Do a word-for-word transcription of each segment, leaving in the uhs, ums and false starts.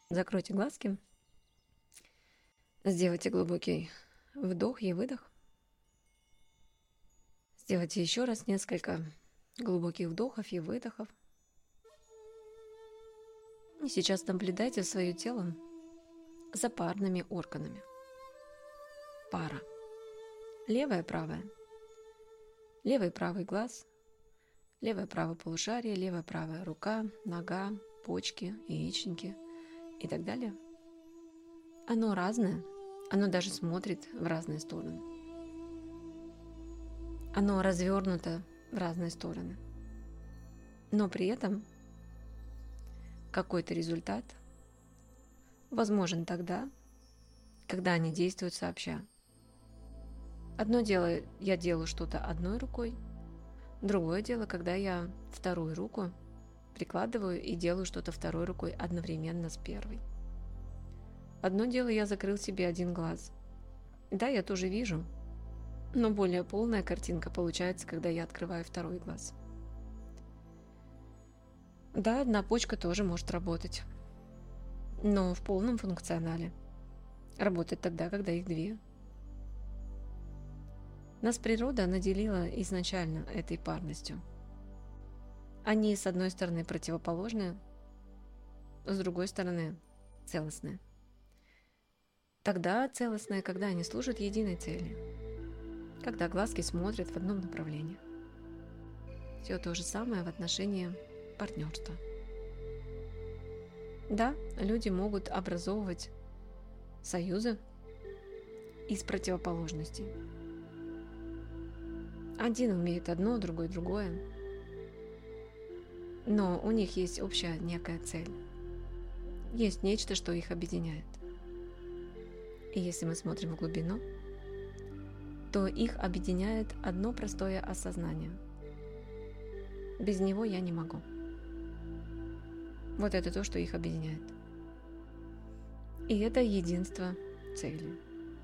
Закройте глазки, сделайте глубокий вдох и выдох. Сделайте еще раз несколько глубоких вдохов и выдохов. И сейчас наблюдайте свое тело за парными органами. Пара. Левое, правое. Левый, правый глаз. Левое, правое полушарие. Левая, правая рука, нога, почки, яичники и так далее. Оно разное. Оно даже смотрит в разные стороны. Оно развернуто в разные стороны. Но при этом какой-то результат возможен тогда, когда они действуют сообща. Одно дело, я делаю что-то одной рукой, другое дело, когда я вторую руку прикладываю и делаю что-то второй рукой одновременно с первой. Одно дело, я закрыл себе один глаз. Да, я тоже вижу, но более полная картинка получается, когда я открываю второй глаз. Да, одна почка тоже может работать, но в полном функционале. Работает тогда, когда их две. Нас природа наделила изначально этой парностью. Они, с одной стороны, противоположны, с другой стороны, целостные. Тогда целостные, когда они служат единой цели, когда глазки смотрят в одном направлении. Все то же самое в отношении партнерства. Да, люди могут образовывать союзы из противоположностей. Один умеет одно, другой другое. Но у них есть общая некая цель. Есть нечто, что их объединяет. И если мы смотрим в глубину, то их объединяет одно простое осознание. Без него я не могу. Вот это то, что их объединяет. И это единство цели.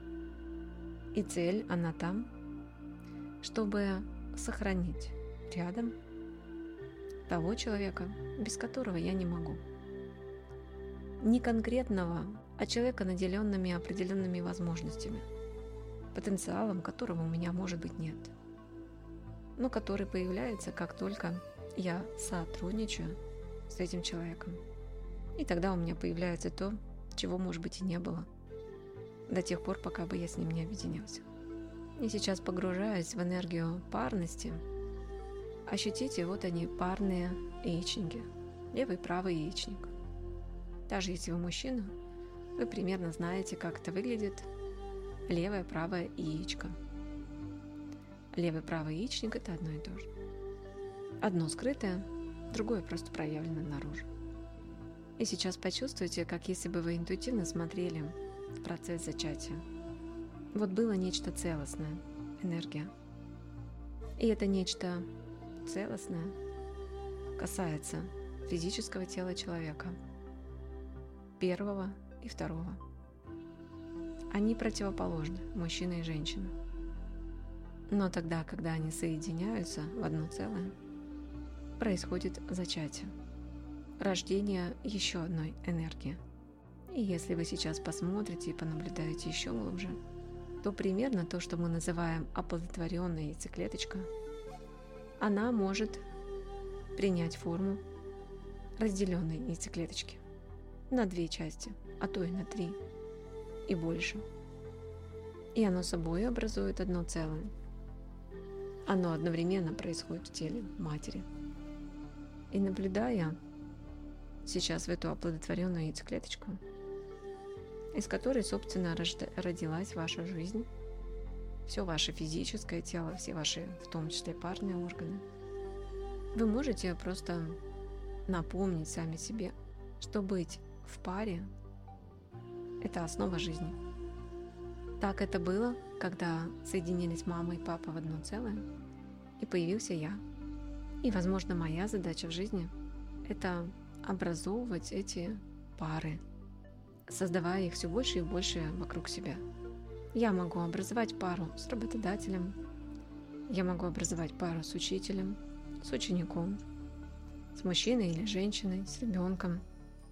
И цель, она там, чтобы сохранить рядом того человека, без которого я не могу. Не конкретного, а человека, наделенными определенными возможностями, потенциалом которого у меня, может быть, нет, но который появляется, как только я сотрудничаю с этим человеком. И тогда у меня появляется то, чего, может быть, и не было, до тех пор, пока бы я с ним не объединялся. И сейчас, погружаясь в энергию парности, ощутите, вот они, парные яичники, левый и правый яичник. Даже если вы мужчина, вы примерно знаете, как это выглядит левое, правое яичко. Левый и правый яичник – это одно и то же. Одно скрытое, другое просто проявлено наружу. И сейчас почувствуйте, как если бы вы интуитивно смотрели в процесс зачатия. Вот было нечто целостное, энергия. И это нечто целостное касается физического тела человека, первого и второго. Они противоположны, мужчина и женщина. Но тогда, когда они соединяются в одно целое, происходит зачатие, рождение еще одной энергии. И если вы сейчас посмотрите и понаблюдаете еще глубже, то примерно то, что мы называем оплодотворенная яйцеклеточка, она может принять форму разделенной яйцеклеточки на две части, а то и на три и больше. И оно собой образует одно целое. Оно одновременно происходит в теле матери. И наблюдая сейчас в эту оплодотворенную яйцеклеточку, из которой, собственно, родилась ваша жизнь, все ваше физическое тело, все ваши, в том числе, парные органы, вы можете просто напомнить сами себе, что быть в паре – это основа жизни. Так это было, когда соединились мама и папа в одно целое, и появился я. И, возможно, моя задача в жизни – это образовывать эти пары, создавая их все больше и больше вокруг себя. Я могу образовать пару с работодателем, я могу образовать пару с учителем, с учеником, с мужчиной или женщиной, с ребенком.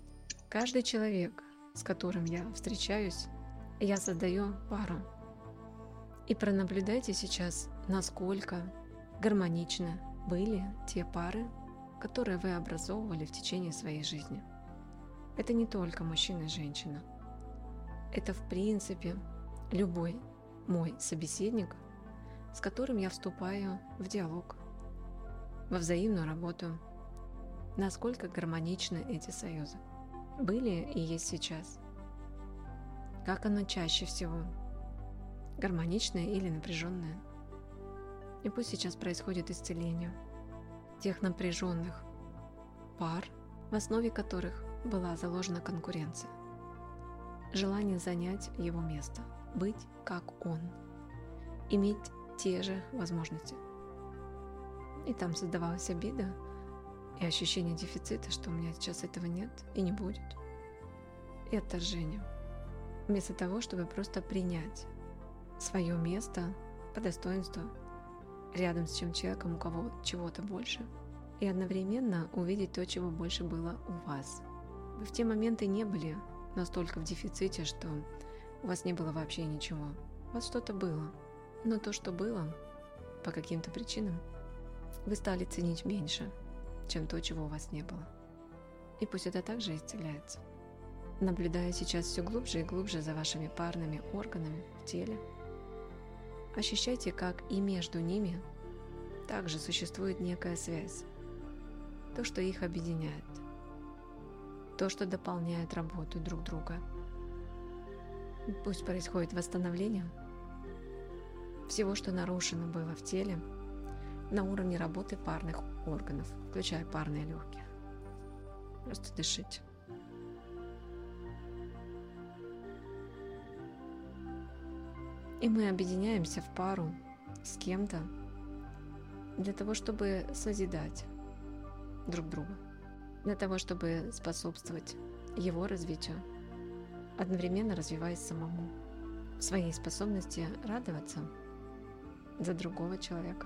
Каждый человек, с которым я встречаюсь, я создаю пару. И пронаблюдайте сейчас, насколько гармонично были те пары, которые вы образовывали в течение своей жизни. Это не только мужчина и женщина. Это в принципе любой мой собеседник, с которым я вступаю в диалог, во взаимную работу. Насколько гармоничны эти союзы были и есть сейчас. Как оно чаще всего? Гармоничное или напряженное? И пусть сейчас происходит исцеление тех напряженных пар, в основе которых была заложена конкуренция. Желание занять его место, быть как он, иметь те же возможности. И там создавалась обида и ощущение дефицита, что у меня сейчас этого нет и не будет. И отторжение. Вместо того, чтобы просто принять свое место по достоинству рядом с тем человеком, у кого чего-то больше, и одновременно увидеть то, чего больше было у вас. Вы в те моменты не были настолько в дефиците, что у вас не было вообще ничего. У вас что-то было, но то, что было, по каким-то причинам, вы стали ценить меньше, чем то, чего у вас не было. И пусть это также исцеляется. Наблюдая сейчас все глубже и глубже за вашими парными органами в теле, ощущайте, как и между ними также существует некая связь. То, что их объединяет. То, что дополняет работу друг друга. Пусть происходит восстановление всего, что нарушено было в теле на уровне работы парных органов, включая парные легкие. Просто дышите. И мы объединяемся в пару с кем-то для того, чтобы созидать друг друга, для того, чтобы способствовать его развитию, одновременно развиваясь самому в своей способности радоваться за другого человека.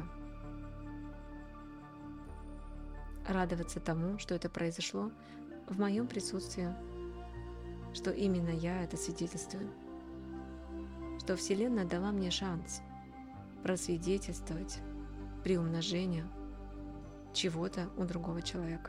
Радоваться тому, что это произошло в моем присутствии, что именно я это свидетельствую, что Вселенная дала мне шанс просвидетельствовать приумножение чего-то у другого человека.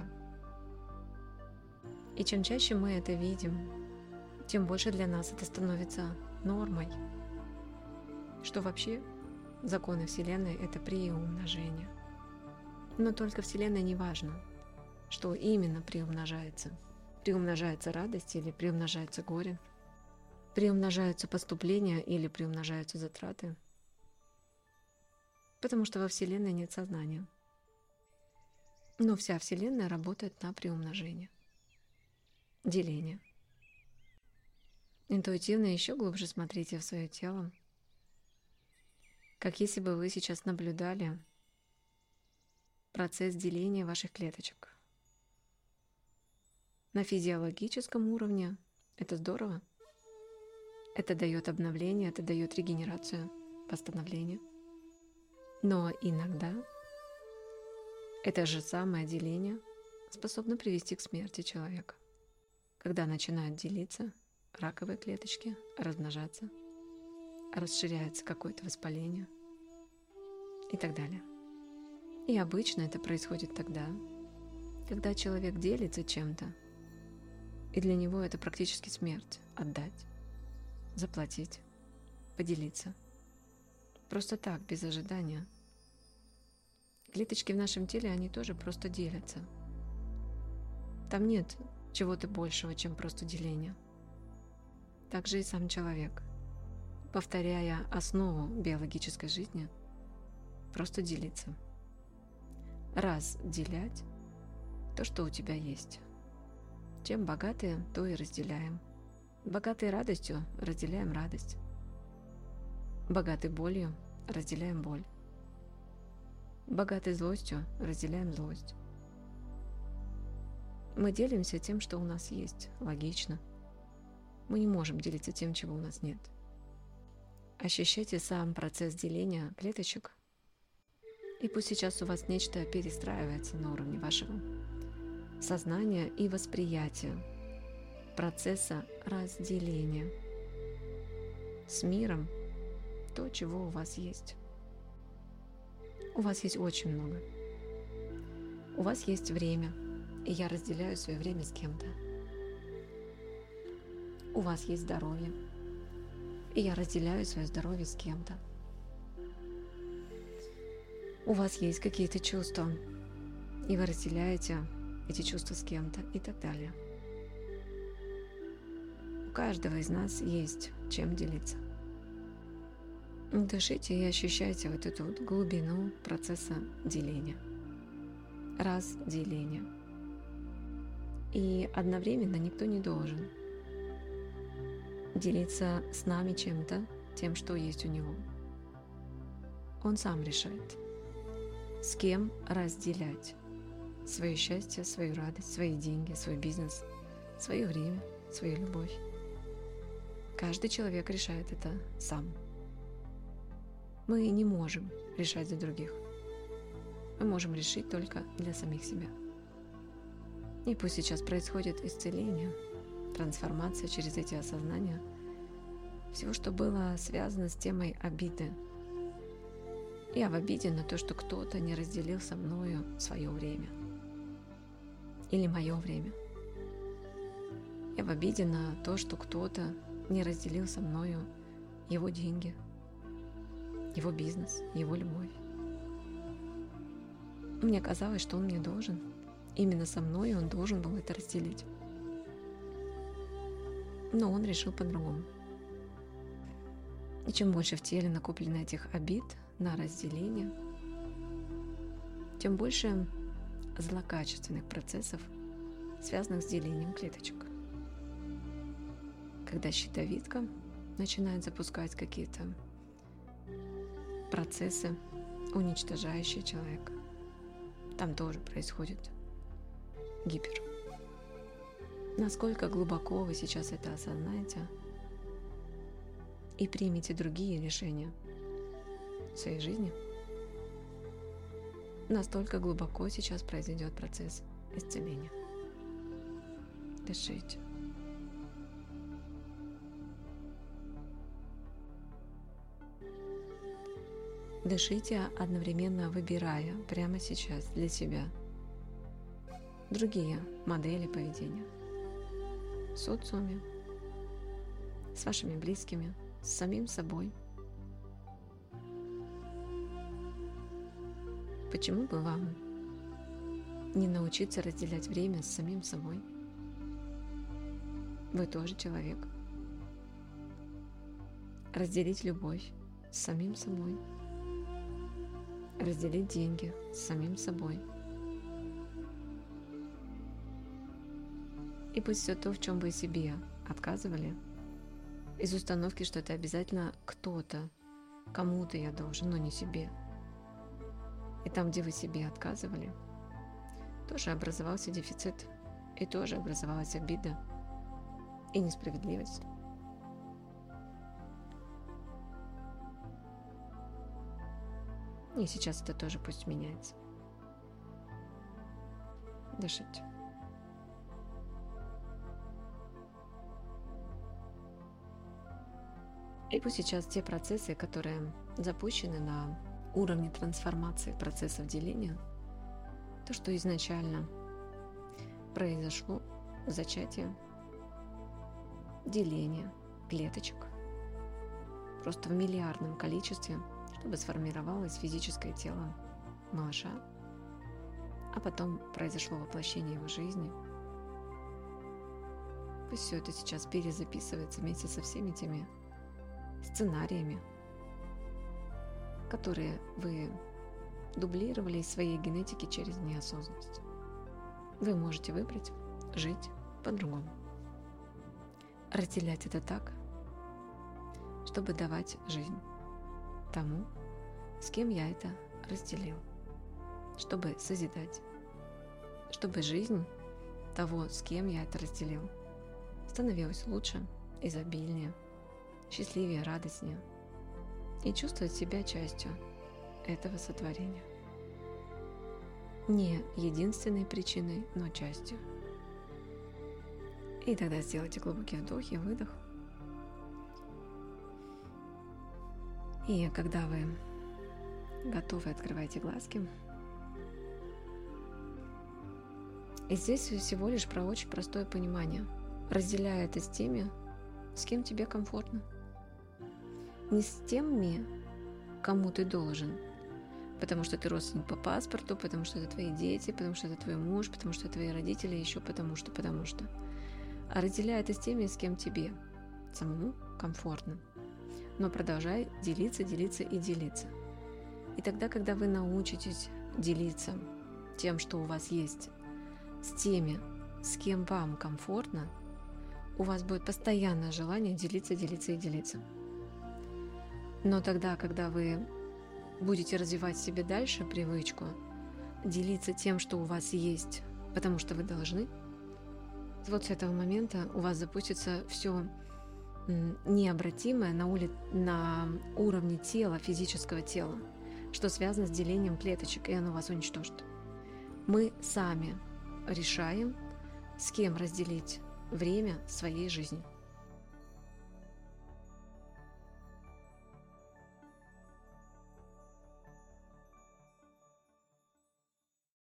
И чем чаще мы это видим, тем больше для нас это становится нормой, что вообще законы Вселенной — это приумножение. Но только Вселенной не важно, что именно приумножается. Приумножается радость или приумножается горе, приумножаются поступления или приумножаются затраты. Потому что во Вселенной нет сознания. Но вся Вселенная работает на приумножение, деление. Интуитивно еще глубже смотрите в свое тело, как если бы вы сейчас наблюдали процесс деления ваших клеточек. На физиологическом уровне это здорово. Это дает обновление, это дает регенерацию, восстановление. Но иногда это же самое деление способно привести к смерти человека. Когда начинают делиться раковые клеточки, размножаться, расширяется какое-то воспаление и так далее. И обычно это происходит тогда, когда человек делится чем-то, и для него это практически смерть — отдать, заплатить, поделиться. Просто так, без ожидания. Клеточки в нашем теле, они тоже просто делятся. Там нет чего-то большего, чем просто деление. Так же и сам человек, повторяя основу биологической жизни, просто делиться. Раз делять то, что у тебя есть. Чем богатые, то и разделяем. Богатые радостью разделяем радость. Богатый болью разделяем боль. Богатый злостью разделяем злость. Мы делимся тем, что у нас есть. Логично. Мы не можем делиться тем, чего у нас нет. Ощущайте сам процесс деления клеточек. И пусть сейчас у вас нечто перестраивается на уровне вашего сознания и восприятия процесса разделения с миром то, чего у вас есть. У вас есть очень много. У вас есть время, и я разделяю свое время с кем-то. У вас есть здоровье, и я разделяю свое здоровье с кем-то. У вас есть какие-то чувства, и вы разделяете эти чувства с кем-то и так далее. У каждого из нас есть чем делиться. Дышите и ощущайте вот эту вот глубину процесса деления, разделения. И одновременно никто не должен делиться с нами чем-то, тем, что есть у него. Он сам решает, с кем разделять свое счастье, свою радость, свои деньги, свой бизнес, свое время, свою любовь. Каждый человек решает это сам. Мы не можем решать за других. Мы можем решить только для самих себя. И пусть сейчас происходит исцеление, трансформация через эти осознания всего, что было связано с темой обиды. Я в обиде на то, что кто-то не разделил со мною свое время. Или мое время. Я в обиде на то, что кто-то не разделил со мною его деньги, его бизнес, его любовь. Мне казалось, что он мне должен. Именно со мной он должен был это разделить. Но он решил по-другому. И чем больше в теле накоплено этих обид на разделение, тем больше злокачественных процессов, связанных с делением клеточек. Когда щитовидка начинает запускать какие-то процессы, уничтожающие человека, там тоже происходит гипер. Насколько глубоко вы сейчас это осознаете и примете другие решения в своей жизни, настолько глубоко сейчас произойдет процесс исцеления. Дышите. Дышите, одновременно выбирая прямо сейчас для себя другие модели поведения в социуме, с вашими близкими, с самим собой. Почему бы вам не научиться разделять время с самим собой? Вы тоже человек. Разделить любовь с самим собой. Разделить деньги с самим собой. И пусть все то, в чем вы себе отказывали, из установки, что это обязательно кто-то, кому-то я должен, но не себе. И там, где вы себе отказывали, тоже образовался дефицит, и тоже образовалась обида и несправедливость. И сейчас это тоже пусть меняется. Дышите. И пусть сейчас те процессы, которые запущены на уровне трансформации процессов деления, то, что изначально произошло в зачатии, деление клеточек, просто в миллиардном количестве, чтобы сформировалось физическое тело малыша, а потом произошло воплощение его жизни. Пусть все это сейчас перезаписывается вместе со всеми теми сценариями, которые вы дублировали из своей генетики через неосознанность. Вы можете выбрать жить по-другому. Разделять это так, чтобы давать жизнь тому, с кем я это разделил, чтобы созидать, чтобы жизнь того, с кем я это разделил, становилась лучше, изобильнее, счастливее, радостнее, и чувствовать себя частью этого сотворения. Не единственной причиной, но частью. И тогда сделайте глубокий вдох и выдох. И когда вы готовы, открывайте глазки. И здесь всего лишь про очень простое понимание. Разделяя это с теми, с кем тебе комфортно. Не с теми, кому ты должен. Потому что ты родственник по паспорту, потому что это твои дети, потому что это твой муж, потому что это твои родители, еще потому что, потому что. А разделяй это с теми, с кем тебе самому комфортно. Но продолжай делиться, делиться и делиться. И тогда, когда вы научитесь делиться тем, что у вас есть, с теми, с кем вам комфортно, у вас будет постоянное желание делиться, делиться и делиться. Но тогда, когда вы будете развивать в себе дальше привычку делиться тем, что у вас есть, потому что вы должны, вот с этого момента у вас запустится все необратимое на, ули... на уровне тела, физического тела, что связано с делением клеточек, и оно вас уничтожит. Мы сами решаем, с кем разделить время своей жизни.